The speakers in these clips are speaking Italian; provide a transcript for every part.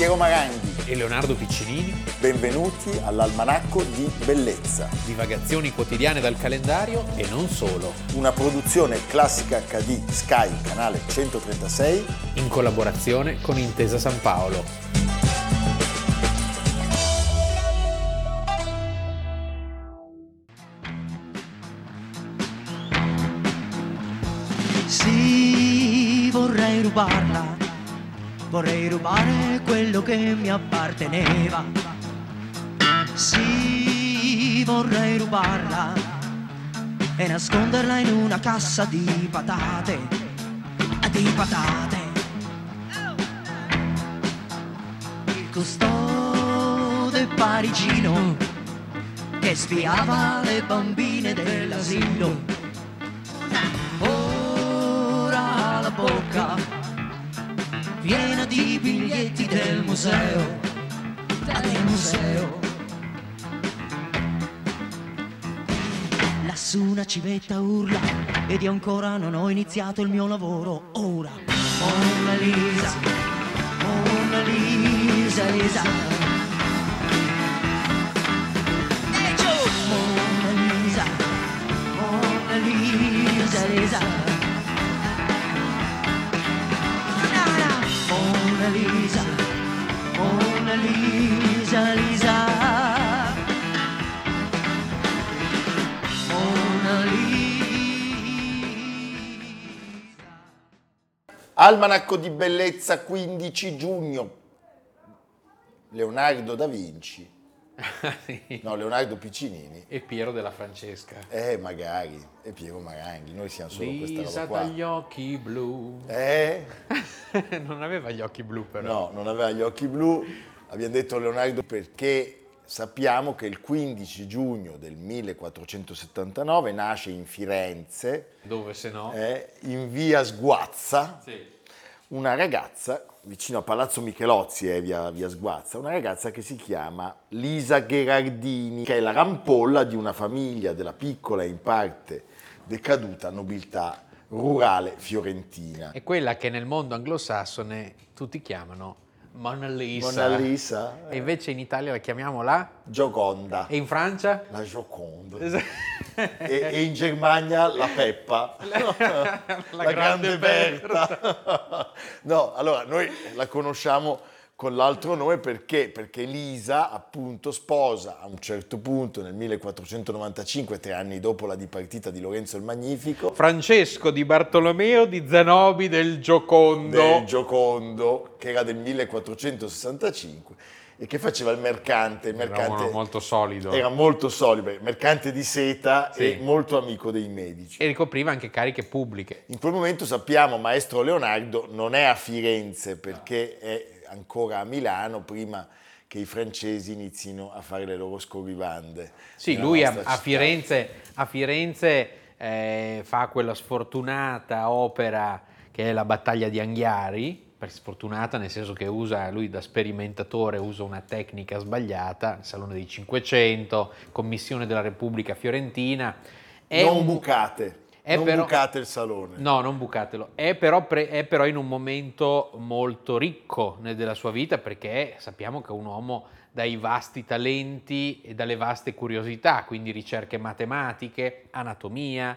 Piero Maranghi e Leonardo Piccinini. Benvenuti all'Almanacco di Bellezza. Divagazioni quotidiane dal calendario e non solo. Una produzione Classica HD Sky, canale 136. In collaborazione con Intesa San Paolo. Sì, vorrei rubarla. Vorrei rubare quello che mi apparteneva. Sì, vorrei rubarla e nasconderla in una cassa di patate. Di patate. Il custode parigino che spiava le bambine dell'asilo. Ora ha la bocca piena di biglietti del museo, del museo. Lassù una civetta urla ed io ancora non ho iniziato il mio lavoro. Ora, Mona Lisa, Mona Lisa, Lisa. Mona Lisa, Mona Lisa, Lisa. Mona Lisa, Mona Lisa, Lisa. Mona Lisa. Almanacco di Bellezza, 15 giugno. Leonardo da Vinci. No, Leonardo Piccinini. E Piero della Francesca. Magari. E Piero Maranghi. Noi siamo solo questa Lisa roba qua. dagli occhi blu. Non aveva gli occhi blu però. No, non aveva gli occhi blu. Abbiamo detto Leonardo perché sappiamo che il 15 giugno del 1479 nasce in Firenze, Dove se no? in via Sguazza, Sì. una ragazza, vicino a Palazzo Michelozzi, via Sguazza, una ragazza che si chiama Lisa Gherardini, che è la rampolla di una famiglia della piccola e in parte decaduta nobiltà rurale fiorentina. È quella che nel mondo anglosassone tutti chiamano Mona Lisa. Mona Lisa. E invece in Italia la chiamiamo la? Gioconda. E in Francia? La Gioconda. Esatto. E in Germania la Peppa. La grande Berta. No, allora noi la conosciamo con l'altro nome perché Lisa appunto sposa a un certo punto nel 1495, 3 anni dopo la dipartita di Lorenzo il Magnifico, Francesco di Bartolomeo di Zanobi del Giocondo. che era del 1465 e che faceva il mercante. Era uno molto solido. Era molto solido, mercante di seta, Sì. e molto amico dei medici. E ricopriva anche cariche pubbliche. In quel momento sappiamo, maestro Leonardo non è a Firenze perché è ancora a Milano prima che i francesi inizino a fare le loro scorrivande. Sì, nella lui nostra a Firenze fa quella sfortunata opera che è la battaglia di Anghiari, sfortunata nel senso che lui da sperimentatore usa una tecnica sbagliata, il Salone dei 500, Commissione della Repubblica Fiorentina. Non bucate il salone. No, non bucatelo. È però in un momento molto ricco della sua vita perché sappiamo che è un uomo dai vasti talenti e dalle vaste curiosità, quindi ricerche matematiche, anatomia,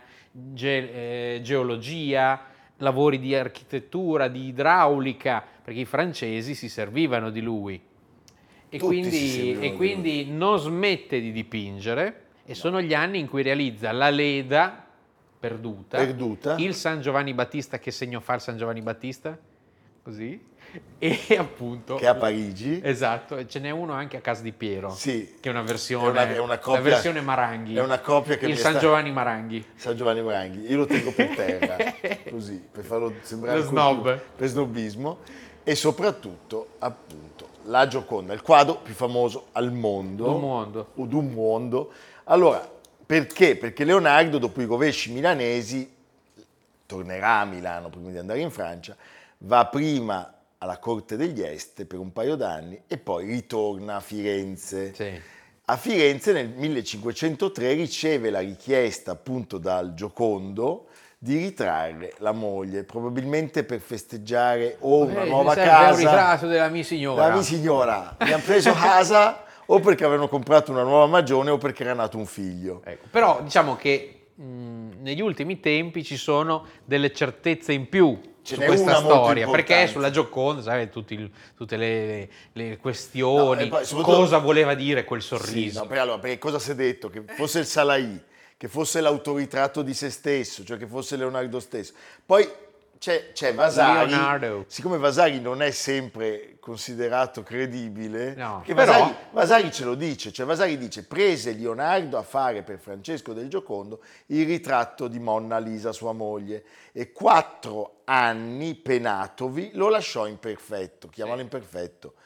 geologia, lavori di architettura, di idraulica, perché i francesi si servivano di lui. E quindi non smette di dipingere e sono gli anni in cui realizza la Leda perduta. Il San Giovanni Battista, che segno fa il San Giovanni Battista? Così. E appunto che è a Parigi. Esatto, e ce n'è uno anche a casa di Piero. Sì. Che è una versione, è una copia, la versione Maranghi. È una copia che il San Giovanni Maranghi. San Giovanni Maranghi. Io lo tengo per terra, così, per farlo sembrare per snobismo. E soprattutto, appunto, la Gioconda, il quadro più famoso al mondo. Du mondo. Allora, perché? Perché Leonardo, dopo i rovesci milanesi, tornerà a Milano prima di andare in Francia, va prima alla corte degli Este per un paio d'anni e poi ritorna a Firenze. Sì. A Firenze nel 1503 riceve la richiesta appunto dal Giocondo di ritrarre la moglie, probabilmente per festeggiare o una nuova casa. Un ritratto della mia signora. La mia signora. Mi hanno preso casa o perché avevano comprato una nuova magione o perché era nato un figlio. Ecco, però diciamo che negli ultimi tempi ci sono delle certezze in più su questa storia, perché sulla Gioconda, sai, tutte le questioni, cosa voleva dire quel sorriso. Sì, perché cosa si è detto? Che fosse il Salai, che fosse l'autoritratto di se stesso, cioè che fosse Leonardo stesso. Poi c'è Vasari, Leonardo. Siccome Vasari non è sempre considerato credibile, no, Vasari ce lo dice, cioè Vasari dice prese Leonardo a fare per Francesco del Giocondo il ritratto di Monna Lisa, sua moglie, e 4 anni penatovi lo lasciò imperfetto, chiamalo imperfetto.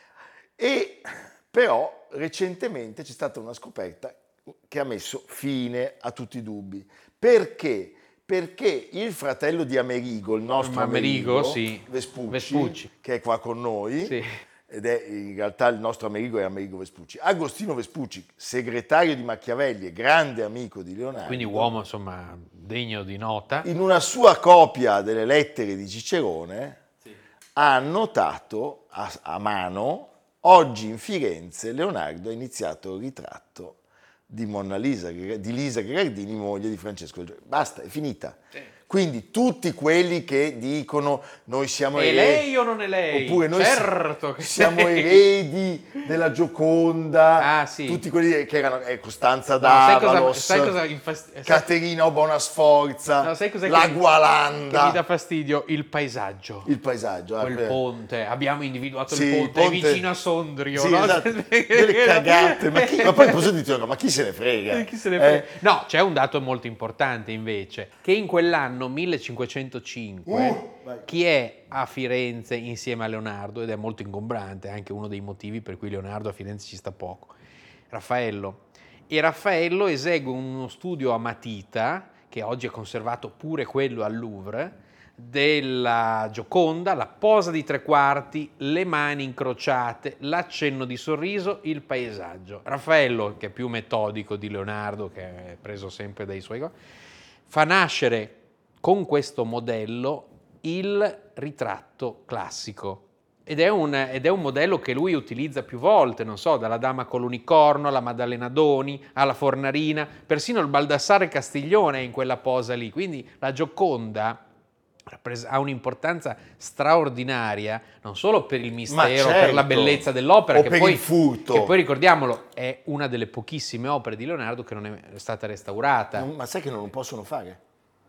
E però recentemente c'è stata una scoperta che ha messo fine a tutti i dubbi. Perché? Perché il fratello di Amerigo, il nostro Amerigo, sì. Vespucci, che è qua con noi, sì. Ed è in realtà il nostro Amerigo è Amerigo Vespucci. Agostino Vespucci, segretario di Machiavelli e grande amico di Leonardo. Quindi uomo, insomma, degno di nota. In una sua copia delle lettere di Cicerone ha annotato a mano: oggi in Firenze Leonardo ha iniziato il ritratto di Monna Lisa, di Lisa Gherardini, moglie di Francesco. Basta, è finita. Sì. Quindi tutti quelli che dicono noi siamo eredi... È lei o non è lei? Oppure noi certo che siamo eredi della Gioconda, sì. Tutti quelli che erano Costanza d'Avalos, sai cosa Caterina Bonasforza, la Gualanda. Che mi dà fastidio? Il paesaggio. Il paesaggio. Quel ponte, abbiamo individuato il ponte, è vicino a Sondrio. Sì, no? Esatto. Delle cagate, ma poi posso dire, ma chi se ne frega? Chi se ne frega? No, c'è un dato molto importante invece, che in quell'anno 1505 chi è a Firenze insieme a Leonardo, ed è molto ingombrante, anche uno dei motivi per cui Leonardo a Firenze ci sta poco, Raffaello. E Raffaello esegue uno studio a matita, che oggi è conservato pure quello al Louvre, della Gioconda, la posa di 3/4, le mani incrociate, l'accenno di sorriso, il paesaggio. Raffaello, che è più metodico di Leonardo, che è preso sempre dai suoi... fa nascere con questo modello il ritratto classico ed è un modello che lui utilizza più volte, non so, dalla Dama con l'unicorno alla Maddalena Doni, alla Fornarina, persino il Baldassare Castiglione è in quella posa lì, quindi la Gioconda ha un'importanza straordinaria non solo per il mistero, per la bellezza dell'opera, che poi ricordiamolo è una delle pochissime opere di Leonardo che non è stata restaurata. Ma sai che non lo possono fare?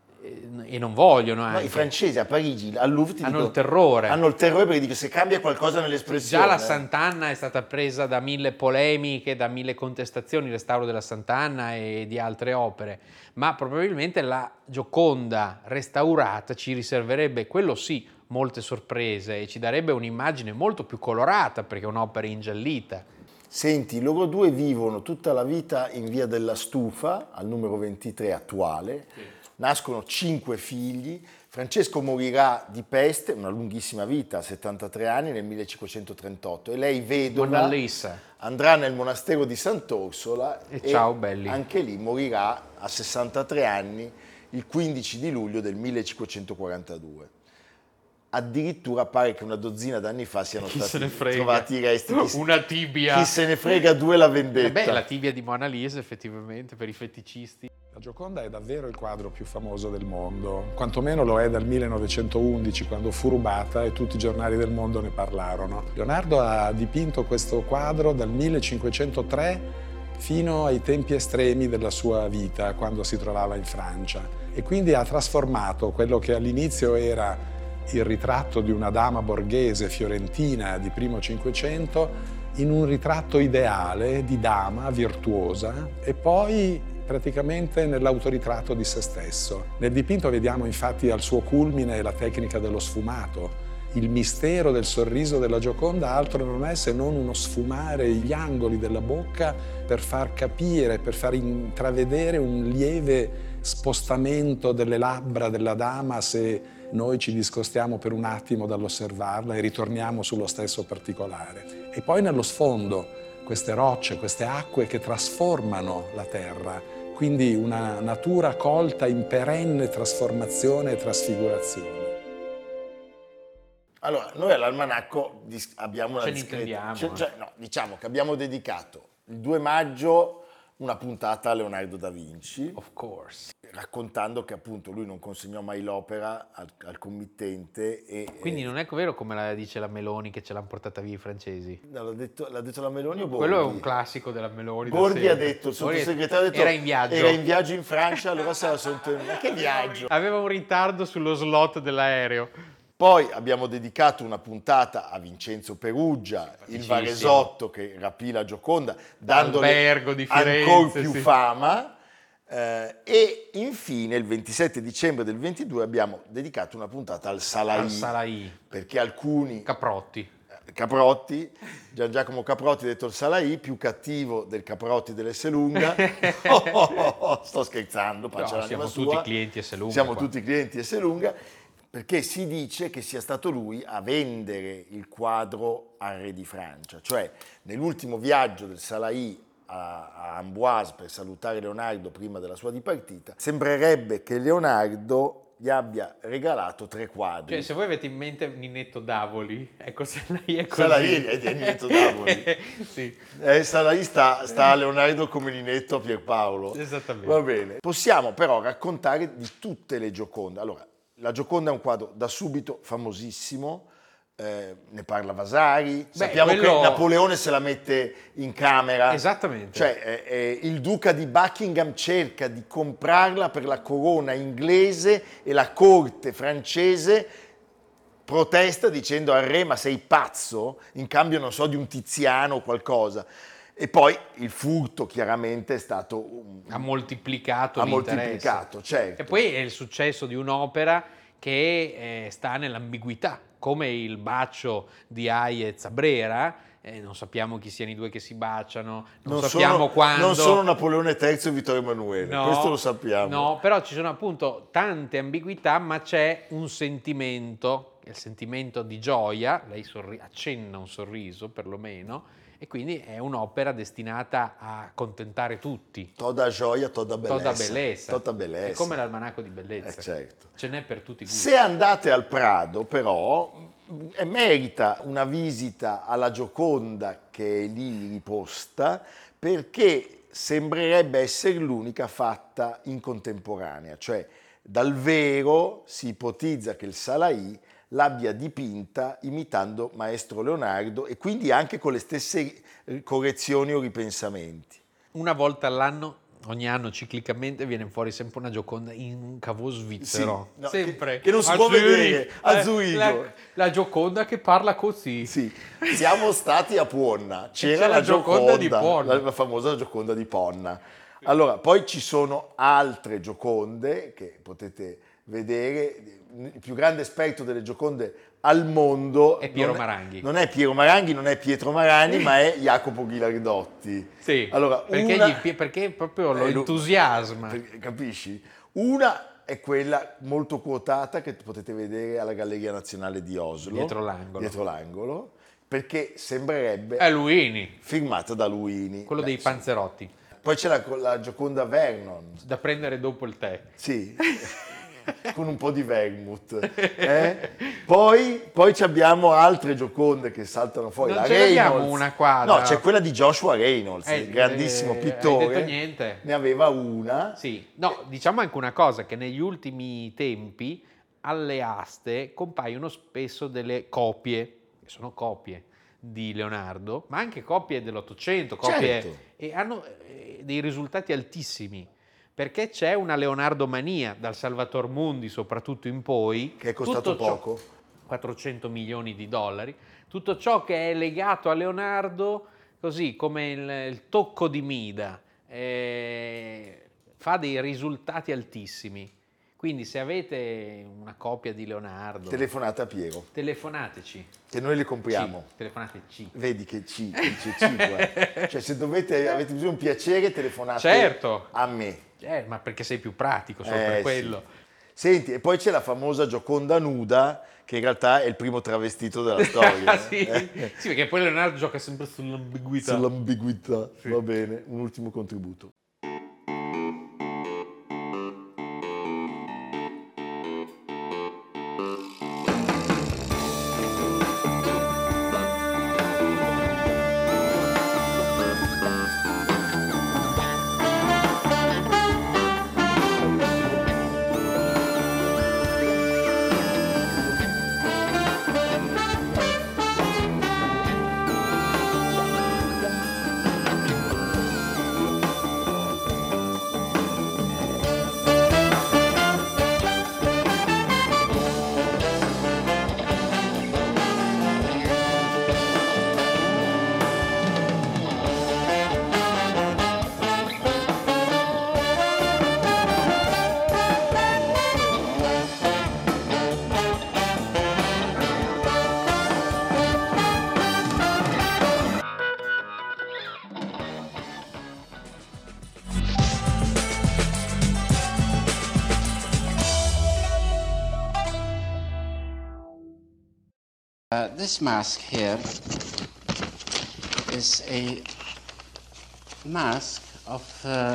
E non vogliono anche. No, i francesi a Parigi, al Louvre, hanno il terrore. Hanno il terrore perché dicono se cambia qualcosa nell'espressione. Già la Sant'Anna è stata presa da 1000 polemiche, da 1000 contestazioni, il restauro della Sant'Anna e di altre opere, ma probabilmente la Gioconda restaurata ci riserverebbe, quello sì, molte sorprese e ci darebbe un'immagine molto più colorata perché è un'opera ingiallita. Senti, loro due vivono tutta la vita in via della Stufa, al numero 23 attuale. Sì. Nascono 5 figli. Francesco morirà di peste, una lunghissima vita, a 73 anni, nel 1538, e lei vedova andrà nel monastero di Sant'Orsola e ciao belli. Anche lì morirà a 63 anni il 15 di luglio del 1542. Addirittura pare che una dozzina d'anni fa siano stati trovati i resti. Una tibia. Chi se ne frega, 2 la vendetta. La tibia di Monna Lisa, effettivamente, per i feticisti. La Gioconda è davvero il quadro più famoso del mondo, quantomeno lo è dal 1911, quando fu rubata e tutti i giornali del mondo ne parlarono. Leonardo ha dipinto questo quadro dal 1503 fino ai tempi estremi della sua vita, quando si trovava in Francia. E quindi ha trasformato quello che all'inizio era il ritratto di una dama borghese fiorentina di primo Cinquecento in un ritratto ideale di dama virtuosa e poi praticamente nell'autoritratto di se stesso. Nel dipinto vediamo infatti al suo culmine la tecnica dello sfumato. Il mistero del sorriso della Gioconda altro non è se non uno sfumare gli angoli della bocca per far capire, per far intravedere un lieve spostamento delle labbra della dama se noi ci discostiamo per un attimo dall'osservarla e ritorniamo sullo stesso particolare. E poi nello sfondo queste rocce, queste acque che trasformano la terra, quindi una natura colta in perenne trasformazione e trasfigurazione. Allora, noi all'Almanacco abbiamo una discreta... diciamo che abbiamo dedicato il 2 maggio una puntata a Leonardo da Vinci. Of course. Raccontando che appunto lui non consegnò mai l'opera al committente. Quindi non è vero come la dice la Meloni che ce l'hanno portata via i francesi? No, l'ha detto la Meloni o Borghi? Quello è un classico della Meloni. Borghi ha detto, il sottosegretario ha detto, era in viaggio in Francia, allora se la sono tenuta. Ma che viaggio? Aveva un ritardo sullo slot dell'aereo. Poi abbiamo dedicato una puntata a Vincenzo Peruggia, il Varesotto che rapì la Gioconda, dandole ancora più fama. E infine il 27 dicembre del 22 abbiamo dedicato una puntata al Salaì. Perché alcuni... Caprotti, Gian Giacomo Caprotti, detto il Salaì, più cattivo del Caprotti dell'Esselunga. Sto scherzando, siamo tutti clienti Esselunga. Siamo tutti clienti Esselunga. Perché si dice che sia stato lui a vendere il quadro al re di Francia, cioè nell'ultimo viaggio del Salaì a Amboise per salutare Leonardo prima della sua dipartita, sembrerebbe che Leonardo gli abbia regalato 3 quadri. Cioè, se voi avete in mente Ninetto Davoli, ecco, Salaì è così. Salaì è Ninetto Davoli. Sì. Salaì sta a Leonardo come Ninetto a Pierpaolo. Esattamente. Va bene. Possiamo però raccontare di tutte le Gioconde. Allora, la Gioconda è un quadro da subito famosissimo, ne parla Vasari, sappiamo che Napoleone se la mette in camera. Esattamente. Cioè il duca di Buckingham cerca di comprarla per la corona inglese e la corte francese protesta dicendo al re: ma sei pazzo? In cambio, non so, di un Tiziano o qualcosa. E poi il furto chiaramente è stato... ha moltiplicato l'interesse. Certo. E poi è il successo di un'opera che sta nell'ambiguità, come il bacio di Hayez a Brera. Non sappiamo chi siano i due che si baciano, non sappiamo quando. Non sono Napoleone III e Vittorio Emanuele, questo lo sappiamo. No, però ci sono appunto tante ambiguità, ma c'è un sentimento, il sentimento di gioia, lei accenna un sorriso perlomeno, e quindi è un'opera destinata a contentare tutti. Toda gioia, toda bellezza. È come l'almanacco di bellezza. Certo. Ce n'è per tutti i gusti. Se andate al Prado, però, merita una visita alla Gioconda che è lì riposta, perché sembrerebbe essere l'unica fatta in contemporanea. Cioè, dal vero si ipotizza che il Salaì l'abbia dipinta imitando Maestro Leonardo e quindi anche con le stesse correzioni o ripensamenti. Una volta all'anno, ogni anno ciclicamente, viene fuori sempre una Gioconda in un cavo svizzero. Sì, no, sempre. Che non si può vedere, a Zurigo. La Gioconda che parla così. Sì, siamo stati a Puonna, c'era la Gioconda di Ponna. La famosa Gioconda di Ponna. Allora, poi ci sono altre Gioconde che potete vedere. Il più grande esperto delle Gioconde al mondo è Piero Maranghi. Non è Piero Maranghi, non è Pietro Maranghi, ma è Jacopo Ghilardotti. Sì, allora, perché proprio lo entusiasma. Capisci? Una è quella molto quotata che potete vedere alla Galleria Nazionale di Oslo. Dietro l'angolo. Perché sembrerebbe... È Luini. Firmata da Luini. Quello dei Panzerotti. Poi c'è la Gioconda Vernon. Da prendere dopo il tè. Sì. Con un po' di vermouth. Poi abbiamo altre Gioconde che saltano fuori. Non ce l'abbiamo una quadra. No, c'è quella di Joshua Reynolds, il grandissimo pittore. Hai detto niente. Ne aveva una. Sì. No, diciamo anche una cosa, che negli ultimi tempi alle aste compaiono spesso delle copie, che sono copie di Leonardo, ma anche copie dell'Ottocento, certo. E hanno dei risultati altissimi. Perché c'è una Leonardo mania, dal Salvator Mundi soprattutto in poi. Che è costato poco. 400 milioni di dollari. Tutto ciò che è legato a Leonardo, così come il tocco di Mida, fa dei risultati altissimi. Quindi se avete una copia di Leonardo... Telefonate a Piero. Telefonateci. Che noi le compriamo. Telefonateci. Vedi che cioè se avete bisogno di un piacere, telefonate certo. a me. Ma perché sei più pratico, solo per quello. Senti, e poi c'è la famosa Gioconda nuda, che in realtà è il primo travestito della storia. Sì, sì, perché poi Leonardo gioca sempre sull'ambiguità. Sull'ambiguità, Sì. va bene, un ultimo contributo. This mask here is a mask of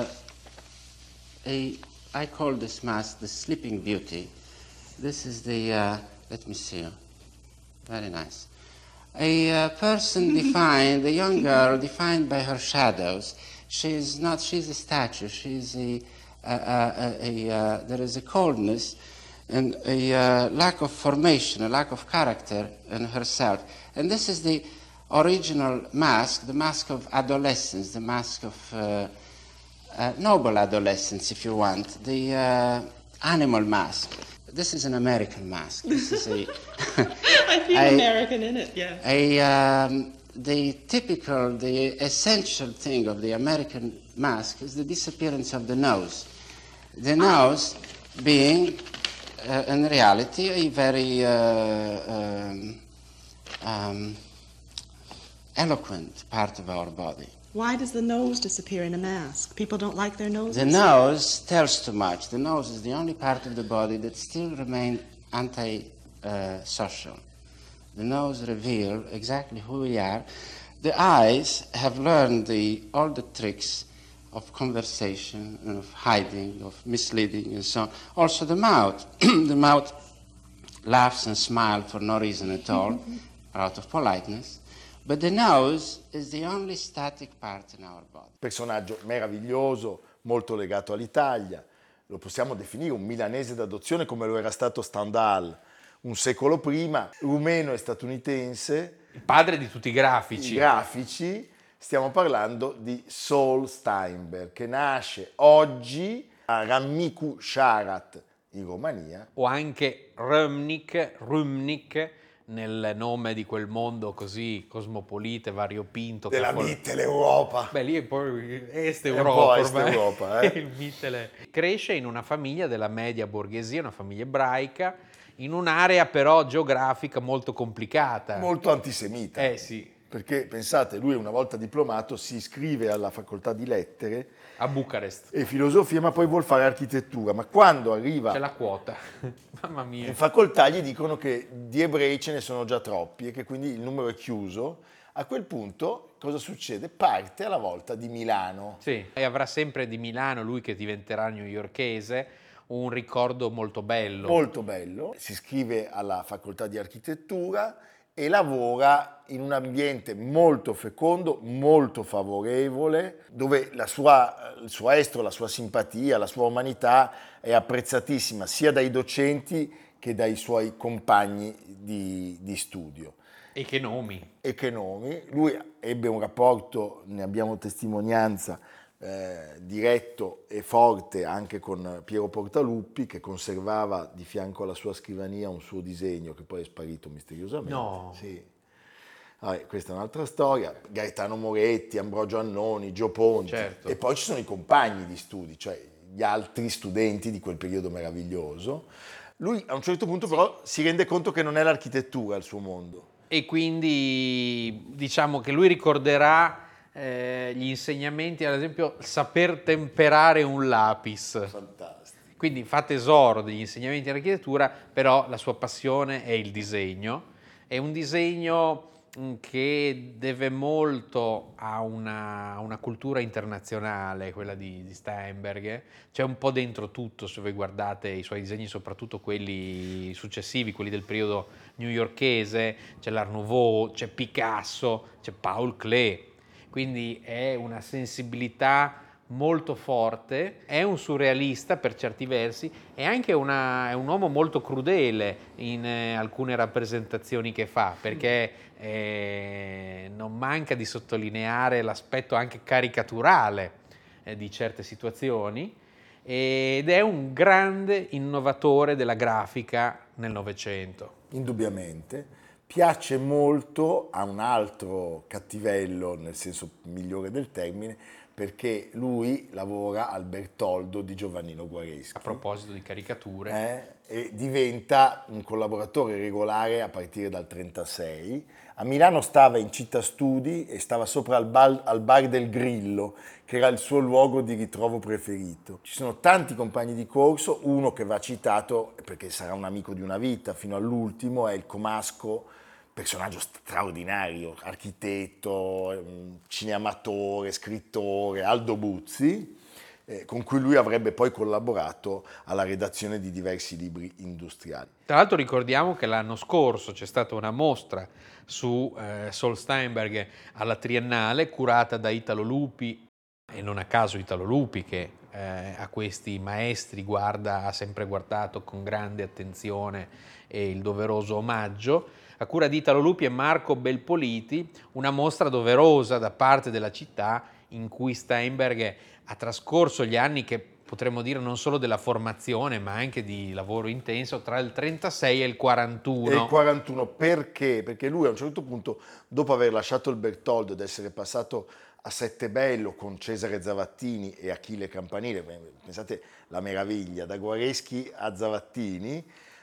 I call this mask the Sleeping Beauty. This is the, let me see, very nice. A person defined, a young girl defined by her shadows. She's a statue, there is a coldness and a lack of formation, a lack of character in herself. And this is the original mask, the mask of adolescence, the mask of noble adolescence, if you want, the animal mask. This is an American mask. This is a... I feel American in it, yeah. The essential thing of the American mask is the disappearance of the nose. The nose being, in reality, a very eloquent part of our body. Why does the nose disappear in a mask? People don't like their noses? The nose tells too much. The nose is the only part of the body that still remains anti-social. The nose reveals exactly who we are. The eyes have learned all the tricks of conversation, of hiding, of misleading, and so on. Also the mouth. The mouth laughs and smiles for no reason at all, out of politeness. But the nose is the only static part in our body. Personaggio meraviglioso, molto legato all'Italia. Lo possiamo definire un milanese d'adozione come lo era stato Stendhal un secolo prima, rumeno e statunitense. Il padre di tutti i grafici. I grafici, stiamo parlando di Saul Steinberg, che nasce oggi a Râmnicu Sărat in Romania. O anche Râmnic, nel nome di quel mondo così cosmopolita, variopinto. Della Mitteleuropa. Beh, lì è poi Est Europa. Est Europa, Il Mittele. Cresce in una famiglia della media borghesia, una famiglia ebraica, in un'area però geografica molto complicata. Molto antisemita. Sì. Perché, pensate, lui una volta diplomato si iscrive alla facoltà di lettere a Bucarest e filosofia, ma poi vuol fare architettura. Ma quando arriva... C'è la quota, mamma mia. In facoltà gli dicono che di ebrei ce ne sono già troppi e che quindi il numero è chiuso. A quel punto cosa succede? Parte alla volta di Milano. Sì, e avrà sempre di Milano, lui che diventerà newyorkese, un ricordo molto bello. Molto bello. Si iscrive alla facoltà di architettura e lavora in un ambiente molto fecondo, molto favorevole, dove il suo estro, la sua simpatia, la sua umanità è apprezzatissima sia dai docenti che dai suoi compagni di studio. E che nomi! E che nomi. Lui ebbe un rapporto, ne abbiamo testimonianza, diretto e forte anche con Piero Portaluppi, che conservava di fianco alla sua scrivania un suo disegno che poi è sparito misteriosamente. No. Sì. Questa è un'altra storia. Gaetano Moretti, Ambrogio Annoni, Gio Ponti. Certo. E poi ci sono i compagni di studi, cioè gli altri studenti di quel periodo meraviglioso. Lui a un certo punto però si rende conto che non è l'architettura il suo mondo. E quindi diciamo che lui ricorderà gli insegnamenti, ad esempio, saper temperare un lapis. Fantastico. Quindi fa tesoro degli insegnamenti di architettura, però la sua passione è il disegno. È un disegno che deve molto a una cultura internazionale, quella di Steinberg. C'è un po' dentro tutto, se voi guardate i suoi disegni, soprattutto quelli successivi, quelli del periodo newyorkese, c'è l'Art Nouveau, c'è Picasso, c'è Paul Klee. Quindi è una sensibilità molto forte, è un surrealista per certi versi, è anche è un uomo molto crudele in alcune rappresentazioni che fa, perché non manca di sottolineare l'aspetto anche caricaturale di certe situazioni, ed è un grande innovatore della grafica nel Novecento. Indubbiamente. Piace molto a un altro cattivello, nel senso migliore del termine, perché lui lavora al Bertoldo di Giovannino Guareschi. A proposito di caricature. E diventa un collaboratore regolare a partire dal 1936. A Milano stava in Città Studi e stava sopra al bar del Grillo, che era il suo luogo di ritrovo preferito. Ci sono tanti compagni di corso, uno che va citato perché sarà un amico di una vita fino all'ultimo, è il Comasco, personaggio straordinario, architetto, cineamatore, scrittore, Aldo Buzzi, con cui lui avrebbe poi collaborato alla redazione di diversi libri industriali. Tra l'altro ricordiamo che l'anno scorso c'è stata una mostra su Saul Steinberg alla Triennale, curata da Italo Lupi, e non a caso Italo Lupi, che a questi maestri ha sempre guardato con grande attenzione e il doveroso omaggio, a cura di Italo Lupi e Marco Belpoliti, una mostra doverosa da parte della città in cui Steinberg ha trascorso gli anni che potremmo dire non solo della formazione ma anche di lavoro intenso tra il 36 e il 41. E il 41 perché? Perché lui a un certo punto, dopo aver lasciato il Bertoldo ed essere passato a Settebello con Cesare Zavattini e Achille Campanile, pensate la meraviglia, da Guareschi a Zavattini,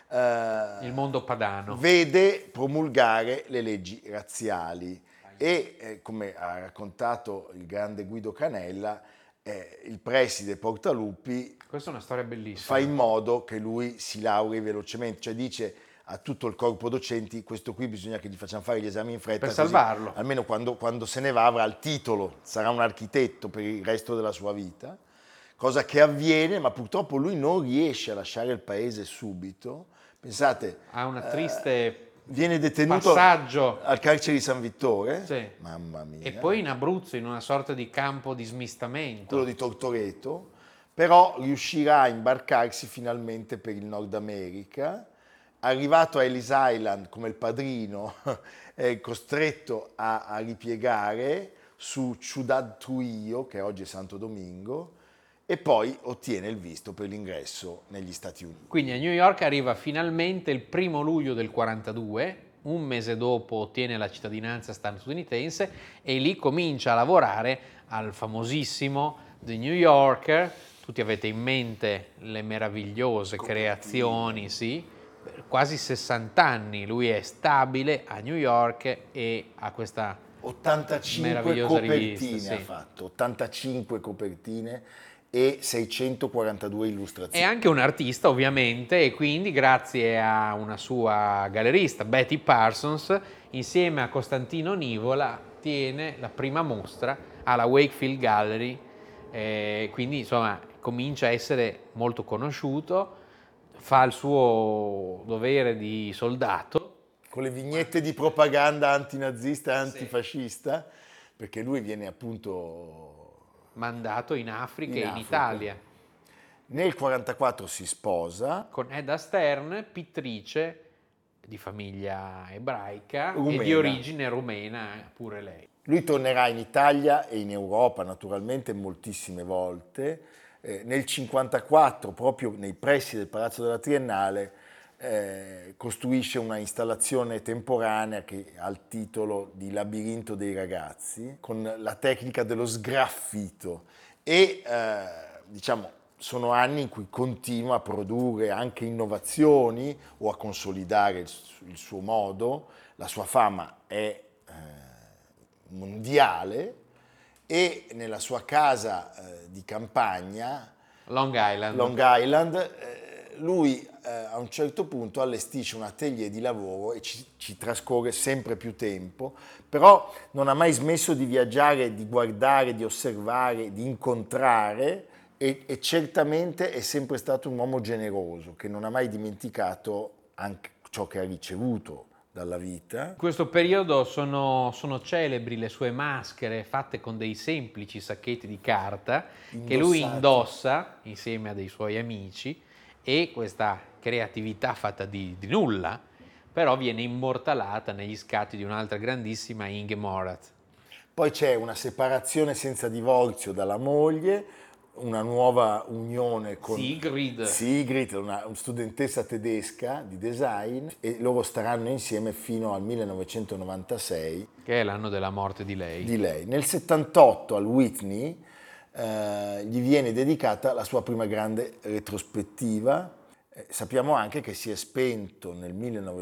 il mondo padano, vede promulgare le leggi razziali e come ha raccontato il grande Guido Canella, il preside Portaluppi, questa è una storia bellissima, fa in modo che lui si laurei velocemente, cioè dice a tutto il corpo docenti: questo qui bisogna che gli facciamo fare gli esami in fretta per salvarlo, almeno quando se ne va avrà il titolo, sarà un architetto per il resto della sua vita, cosa che avviene, ma purtroppo lui non riesce a lasciare il paese subito. Pensate, ha una triste viene detenuto passaggio al carcere di San Vittore, sì. Mamma mia, e poi in Abruzzo in una sorta di campo di smistamento, quello di Tortoreto, però riuscirà a imbarcarsi finalmente per il Nord America. Arrivato a Ellis Island come il padrino, è costretto a ripiegare su Ciudad Trujillo, che oggi è Santo Domingo, e poi ottiene il visto per l'ingresso negli Stati Uniti. Quindi a New York arriva finalmente il 1 luglio del 42, un mese dopo ottiene la cittadinanza statunitense e lì comincia a lavorare al famosissimo The New Yorker. Tutti avete in mente le meravigliose creazioni, sì, per quasi 60 anni lui è stabile a New York e ha questa 85 meravigliosa copertine rivista, sì. Ha fatto, 85 copertine e 642 illustrazioni. È anche un artista ovviamente e quindi grazie a una sua gallerista, Betty Parsons, insieme a Costantino Nivola tiene la prima mostra alla Wakefield Gallery, quindi insomma comincia a essere molto conosciuto, fa il suo dovere di soldato. Con le vignette di propaganda antinazista e antifascista, perché lui viene appunto mandato in Africa e in Italia. Nel 1944 si sposa con Edda Stern, pittrice di famiglia ebraica rumena, e di origine rumena pure lei. Lui tornerà in Italia e in Europa naturalmente moltissime volte. Nel 1954, proprio nei pressi del Palazzo della Triennale, costruisce una installazione temporanea che ha il titolo di Labirinto dei ragazzi, con la tecnica dello sgraffito e diciamo sono anni in cui continua a produrre anche innovazioni o a consolidare il suo modo. La sua fama è mondiale e nella sua casa di campagna Long Island. Lui a un certo punto allestisce un atelier di lavoro e ci trascorre sempre più tempo, però non ha mai smesso di viaggiare, di guardare, di osservare, di incontrare e certamente è sempre stato un uomo generoso che non ha mai dimenticato anche ciò che ha ricevuto dalla vita. In questo periodo sono celebri le sue maschere fatte con dei semplici sacchetti di carta che lui indossa insieme a dei suoi amici, e questa creatività fatta di nulla però viene immortalata negli scatti di un'altra grandissima, Inge Morath. Poi c'è una separazione senza divorzio dalla moglie, una nuova unione con Sigrid, una studentessa tedesca di design, e loro staranno insieme fino al 1996. Che è l'anno della morte di lei. Nel 78 al Whitney gli viene dedicata la sua prima grande retrospettiva. Sappiamo anche che si è spento nel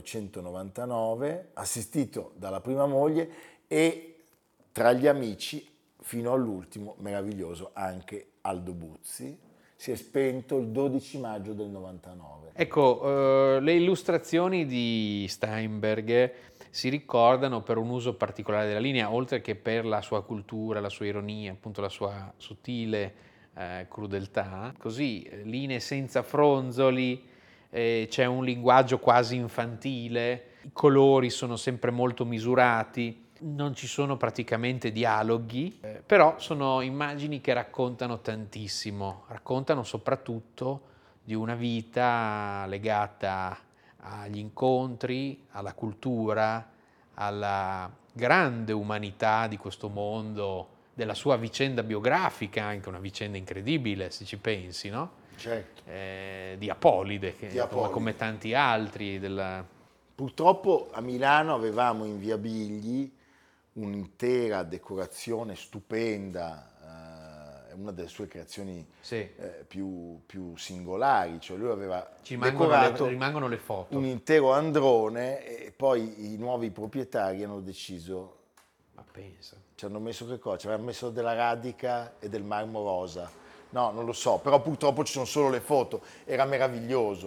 1999, assistito dalla prima moglie e tra gli amici fino all'ultimo meraviglioso anche Aldo Buzzi. Si è spento il 12 maggio del 99. Ecco, le illustrazioni di Steinberg si ricordano per un uso particolare della linea, oltre che per la sua cultura, la sua ironia, appunto la sua sottile crudeltà. Così, linee senza fronzoli, c'è un linguaggio quasi infantile, i colori sono sempre molto misurati, non ci sono praticamente dialoghi, però sono immagini che raccontano tantissimo, raccontano soprattutto di una vita legata agli incontri, alla cultura, alla grande umanità di questo mondo, della sua vicenda biografica, anche una vicenda incredibile se ci pensi, no? Certo. Di Apolide, come tanti altri. Purtroppo a Milano avevamo in via Bigli un'intera decorazione stupenda, è una delle sue creazioni più singolari, cioè lui aveva decorato rimangono le foto. Un intero androne e poi i nuovi proprietari hanno deciso, ma pensa, ci hanno messo che cosa? Ci avevano messo della radica e del marmo rosa, no, non lo so, però purtroppo ci sono solo le foto, era meraviglioso.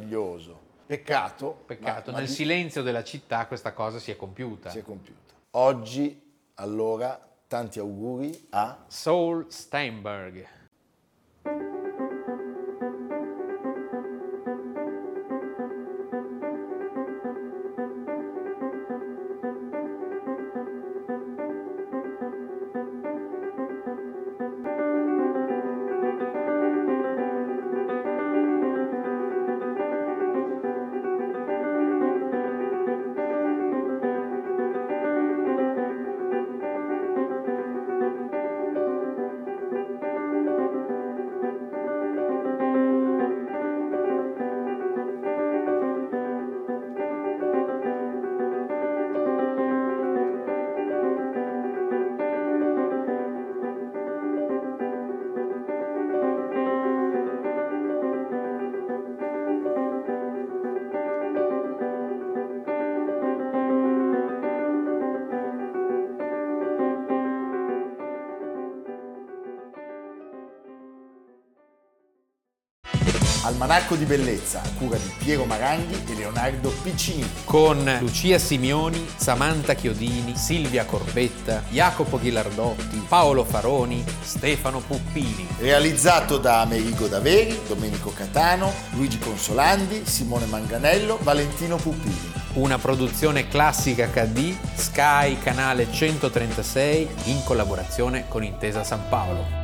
Peccato. Nel silenzio della città questa cosa si è compiuta. Oggi, allora, tanti auguri a Saul Steinberg. Almanacco di bellezza, a cura di Piero Maranghi e Leonardo Piccini. Con Lucia Simioni, Samantha Chiodini, Silvia Corbetta, Jacopo Ghilardotti, Paolo Faroni, Stefano Puppini. Realizzato da Amerigo Daveri, Domenico Catano, Luigi Consolandi, Simone Manganello, Valentino Puppini. Una produzione Classica HD, Sky Canale 136, in collaborazione con Intesa San Paolo.